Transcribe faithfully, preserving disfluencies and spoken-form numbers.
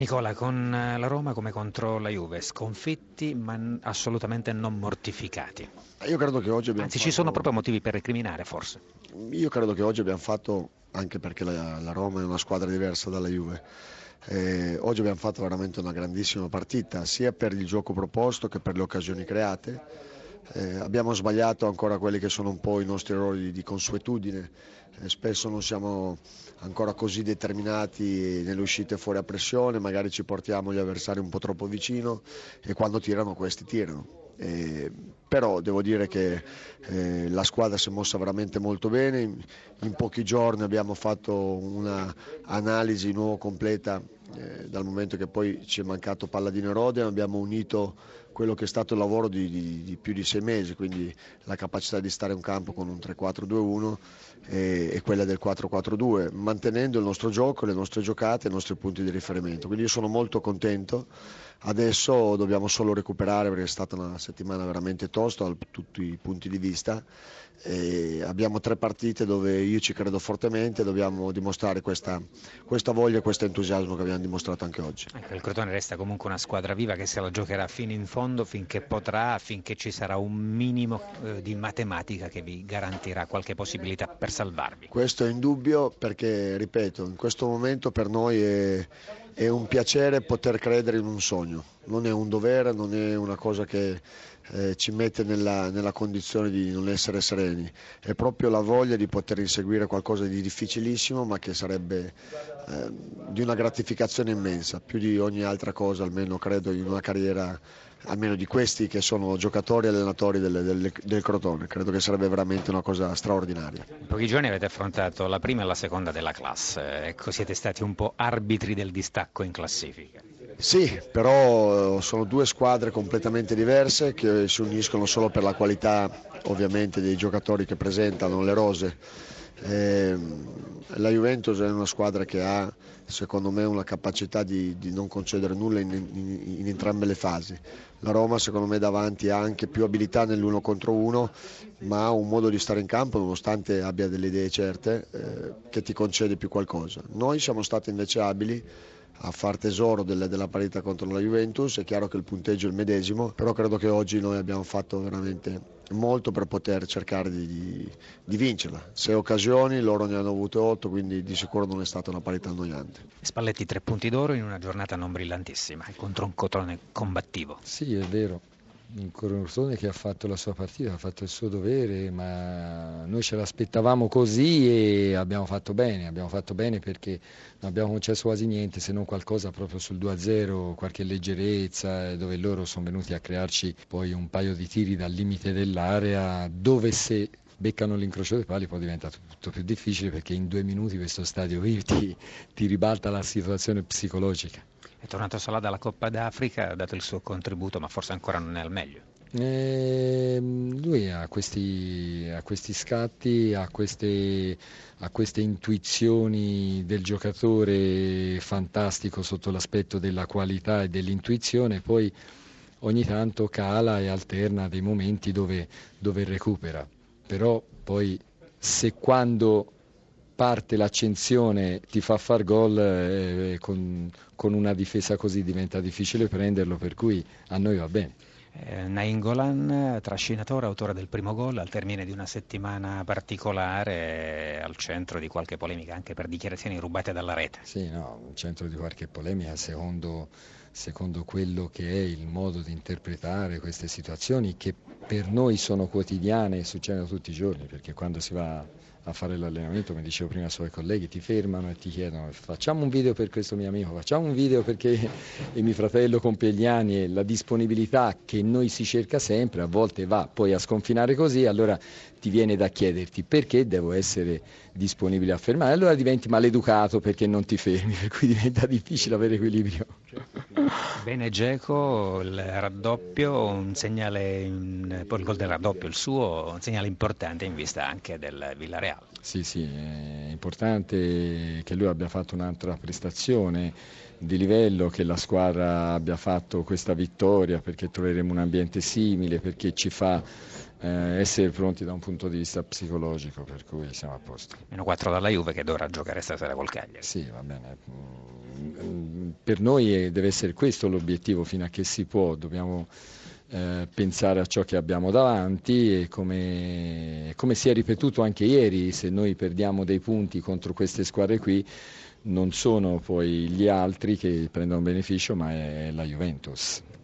Nicola, con eh, la Roma come contro la Juve, sconfitti ma n- assolutamente non mortificati. Io credo che oggi abbiamo Anzi, ci sono fatto, proprio motivi per recriminare, forse. io credo che oggi abbiamo fatto, anche perché la, la Roma è una squadra diversa dalla Juve, eh, oggi abbiamo fatto veramente una grandissima partita, sia per il gioco proposto che per le occasioni create. Eh, abbiamo sbagliato ancora quelli che sono un po' i nostri errori di consuetudine, eh, spesso non siamo ancora così determinati nelle uscite fuori a pressione, magari ci portiamo gli avversari un po' troppo vicino e quando tirano questi tirano. Eh, però devo dire che eh, la squadra si è mossa veramente molto bene, in, in pochi giorni abbiamo fatto un'analisi nuova completa, eh, dal momento che poi ci è mancato Palladino e Rode, abbiamo unito quello che è stato il lavoro di, di, di più di sei mesi, quindi la capacità di stare in campo con un tre quattro due uno e, e quella del quattro quattro due, mantenendo il nostro gioco, le nostre giocate e i nostri punti di riferimento. Quindi io sono molto contento. Adesso dobbiamo solo recuperare perché è stata una settimana veramente tosta da tutti i punti di vista. E abbiamo tre partite dove io ci credo fortemente, dobbiamo dimostrare questa, questa voglia e questo entusiasmo che abbiamo dimostrato anche oggi. Ecco, il Crotone resta comunque una squadra viva che se la giocherà fino in fondo, finché potrà, finché ci sarà un minimo eh, di matematica che vi garantirà qualche possibilità per salvarvi. Questo è indubbio perché, ripeto, in questo momento per noi è, è un piacere poter credere in un sogno, non è un dovere, non è una cosa che eh, ci mette nella, nella condizione di non essere sereni, è proprio la voglia di poter inseguire qualcosa di difficilissimo ma che sarebbe eh, di una gratificazione immensa, più di ogni altra cosa, almeno credo in una carriera, almeno di questi che sono giocatori e allenatori del, del, del Crotone, credo che sarebbe veramente una cosa straordinaria. In pochi giorni avete affrontato la prima e la seconda della classe, ecco, siete stati un po' arbitri del distacco in classifica. Sì, però sono due squadre completamente diverse che si uniscono solo per la qualità ovviamente dei giocatori che presentano le rose. Eh, la Juventus è una squadra che ha secondo me una capacità di, di non concedere nulla in, in, in entrambe le fasi. La Roma secondo me davanti ha anche più abilità nell'uno contro uno, ma ha un modo di stare in campo nonostante abbia delle idee certe, eh, che ti concede più qualcosa. Noi siamo stati invece abili a far tesoro delle, della parità contro la Juventus. È chiaro che il punteggio è il medesimo, però credo che oggi noi abbiamo fatto veramente molto per poter cercare di, di, di vincerla. Sei occasioni, loro ne hanno avute otto, quindi di sicuro non è stata una parità annoiante. Spalletti tre punti d'oro in una giornata non brillantissima, contro un Crotone combattivo. Sì, è vero, un Crotone che ha fatto la sua partita, ha fatto il suo dovere, ma noi ce l'aspettavamo così e abbiamo fatto bene, abbiamo fatto bene perché non abbiamo concesso quasi niente, se non qualcosa proprio sul due a zero, qualche leggerezza, dove loro sono venuti a crearci poi un paio di tiri dal limite dell'area, dove se beccano l'incrocio dei pali poi diventa tutto più difficile perché in due minuti questo stadio qui ti, ti ribalta la situazione psicologica. È tornato Salah dalla Coppa d'Africa, ha dato il suo contributo, ma forse ancora non è al meglio. Eh, lui ha questi, ha questi scatti, ha queste, ha queste intuizioni del giocatore fantastico sotto l'aspetto della qualità e dell'intuizione, poi ogni tanto cala e alterna dei momenti dove, dove recupera, però poi se quando parte l'accensione ti fa far gol, eh, con, con una difesa così diventa difficile prenderlo, per cui a noi va bene. Eh, Nainggolan, trascinatore, autore del primo gol, al termine di una settimana particolare, al centro di qualche polemica anche per dichiarazioni rubate dalla rete. Sì, no, un centro di qualche polemica secondo, secondo quello che è il modo di interpretare queste situazioni che per noi sono quotidiane e succedono tutti i giorni, perché quando si va a fare l'allenamento, come dicevo prima ai suoi colleghi, ti fermano e ti chiedono facciamo un video per questo mio amico, facciamo un video perché il mio fratello compie gli anni, e la disponibilità che noi si cerca sempre a volte va poi a sconfinare così, allora ti viene da chiederti perché devo essere disponibile a fermare, allora diventi maleducato perché non ti fermi, per cui diventa difficile avere equilibrio. Bene Dzeko, il raddoppio, un segnale, in- poi il gol del raddoppio, il suo, un segnale importante in vista anche del Villarreal. Sì, sì, è importante che lui abbia fatto un'altra prestazione di livello, che la squadra abbia fatto questa vittoria perché troveremo un ambiente simile, perché ci fa eh, essere pronti da un punto di vista psicologico, per cui siamo a posto. Meno quattro dalla Juve che dovrà giocare stasera col Cagliari. Sì, va bene. Per noi deve essere questo l'obiettivo, fino a che si può, dobbiamo eh, pensare a ciò che abbiamo davanti e come, come si è ripetuto anche ieri, se noi perdiamo dei punti contro queste squadre qui, non sono poi gli altri che prendono beneficio, ma è la Juventus.